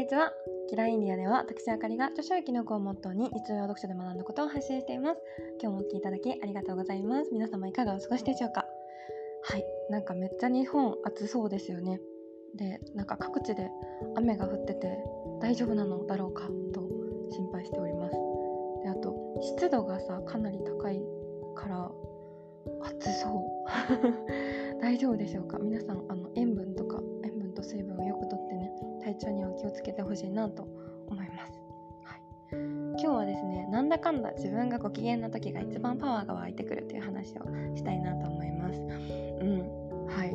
にちは。キラインディアでは私あかりが著書や記録をモットーに日常読書で学んだことを発信しています。今日もお聞きいただきありがとうございます。皆様いかがお過ごしでしょうか。はい、なんかめっちゃ日本暑そうですよね。で、なんか各地で雨が降ってて大丈夫なのだろうかと心配しております。で、あと湿度がかなり高いから暑そう大丈夫でしょうか。皆さん塩分と水分をよくとってね、体調には気をつけてほしいなと思います。はい、今日はですね、なんだかんだ自分がご機嫌な時が一番パワーが湧いてくるという話をしたいなと思います。はい、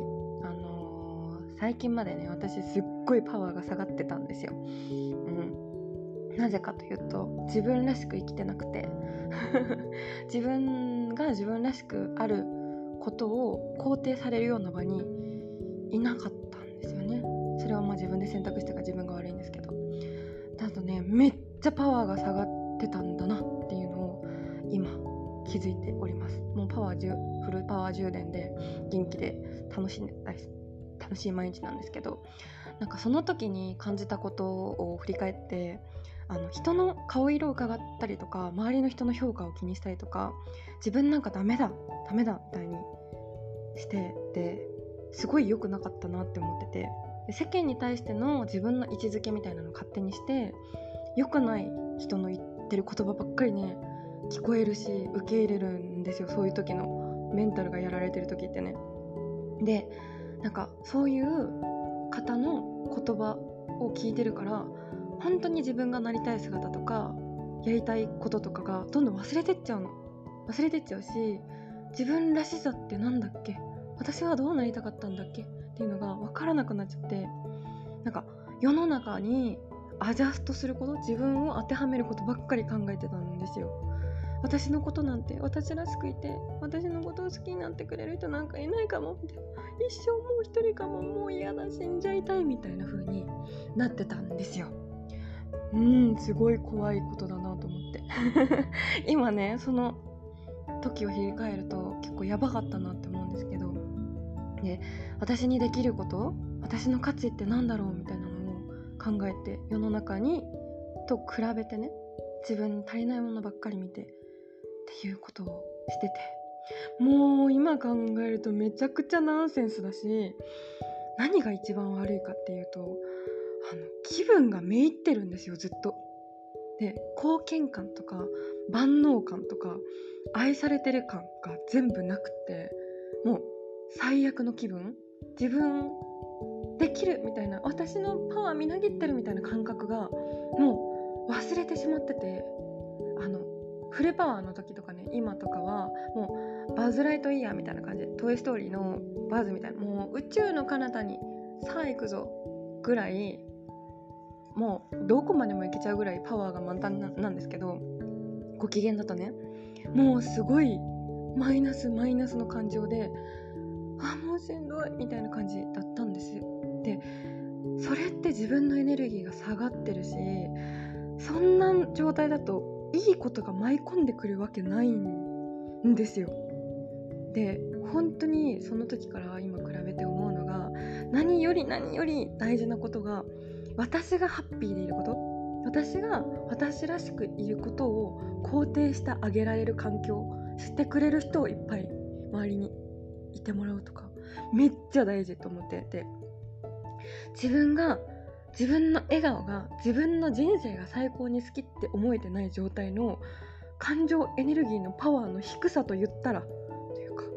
最近までね、私すっごいパワーが下がってたんですよ。なぜかというと、自分らしく生きてなくて自分が自分らしくあることを肯定されるような場にいなかったんですよね。それは自分で選択したから自分が悪いんですけど、だとね、めっちゃパワーが下がってたんだなっていうのを今気づいております。もうフルパワー充電で元気で楽しい毎日なんですけど、なんかその時に感じたことを振り返って、人の顔色を伺ったりとか、周りの人の評価を気にしたりとか、自分なんかダメだみたいにしてですごい良くなかったなって思ってて、で、世間に対しての自分の位置づけみたいなのを勝手にして、良くない人の言ってる言葉ばっかりね聞こえるし受け入れるんですよ。そういう時のメンタルがやられてる時ってね。で、なんかそういう方の言葉を聞いてるから、本当に自分がなりたい姿とかやりたいこととかがどんどん忘れてっちゃうし、自分らしさってなんだっけ、私はどうなりたかったんだっけっていうのが分からなくなっちゃって、なんか世の中にアジャストすること、自分を当てはめることばっかり考えてたんですよ。私のことなんて、私らしくいて私のことを好きになってくれる人なんかいないかもみたいな、一生もう一人かも、もう嫌だ、死んじゃいたいみたいな風になってたんですよ。すごい怖いことだなと思って今ね、その時を振り返ると結構やばかったなって思うんですけど、で、私にできること、私の価値ってなんだろうみたいなのを考えて、世の中にと比べてね、自分に足りないものばっかり見てっていうことをしてて、もう今考えるとめちゃくちゃナンセンスだし、何が一番悪いかっていうと、気分がめいってるんですよ、ずっと。で、貢献感とか万能感とか愛されてる感が全部なくて、もう最悪の気分、自分できるみたいな、私のパワーみなぎってるみたいな感覚がもう忘れてしまってて、フルパワーの時とかね、今とかはもうバズ・ライトイヤーみたいな感じで、トイストーリーのバズみたいな、もう宇宙の彼方にさあ行くぞぐらい、もうどこまでも行けちゃうぐらいパワーが満タンなんですけど、ご機嫌だとね、もうすごいマイナスの感情で、もうしんどいみたいな感じだったんです。で、それって自分のエネルギーが下がってるし、そんな状態だといいことが舞い込んでくるわけないんですよ。で、本当にその時から今比べて思うのが、何より大事なことが、私がハッピーでいること、私が私らしくいることを肯定してあげられる環境、してくれる人をいっぱい周りにいてもらうとか、めっちゃ大事と思ってて、自分の笑顔が、自分の人生が最高に好きって思えてない状態の感情エネルギーのパワーの低さと言ったらというか、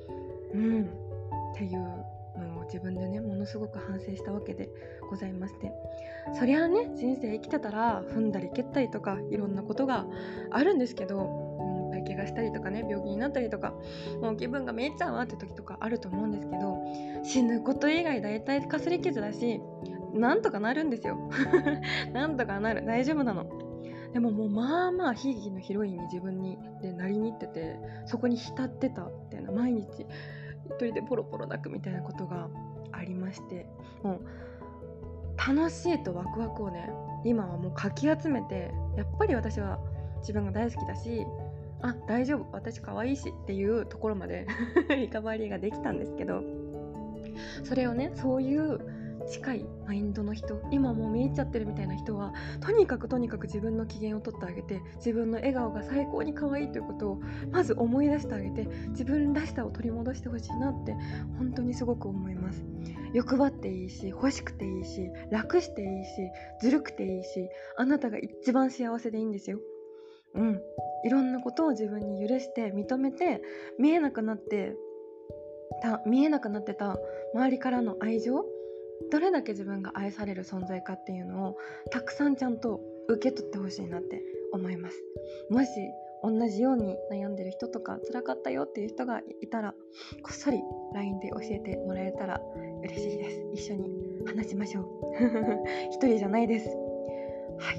っていうのを自分でね、ものすごく反省したわけでございまして、そりゃね、人生生きてたら踏んだり蹴ったりとかいろんなことがあるんですけど、怪我したりとかね、病気になったりとか、もう気分がめいっちゃうわって時とかあると思うんですけど、死ぬこと以外大体かすり傷だし、なんとかなるんですよなんとかなる、大丈夫なの。でももうまあまあ悲劇のヒロインに自分でなりに行ってて、そこに浸ってたみたいな、毎日一人でポロポロ泣くみたいなことがありまして、もう楽しいとワクワクをね、今はもうかき集めて、やっぱり私は自分が大好きだし、大丈夫、私可愛いしっていうところまでリカバリーができたんですけど、それをね、そういう近いマインドの人、今もう見入っちゃってるみたいな人はとにかく自分の機嫌を取ってあげて、自分の笑顔が最高に可愛いということをまず思い出してあげて、自分らしさを取り戻してほしいなって本当にすごく思います。欲張っていいし、欲しくていいし、楽していいし、ずるくていいし、あなたが一番幸せでいいんですよ。いろんなことを自分に許して認めて、見えなくなってた周りからの愛情、どれだけ自分が愛される存在かっていうのをたくさんちゃんと受け取ってほしいなって思います。もし同じように悩んでる人とか辛かったよっていう人がいたら、こっそり LINE で教えてもらえたら嬉しいです。一緒に話しましょう一人じゃないです。はい、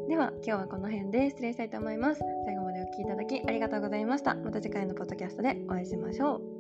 では今日はこの辺で失礼したいと思います。最後までお聞きいただきありがとうございました。また次回のポッドキャストでお会いしましょう。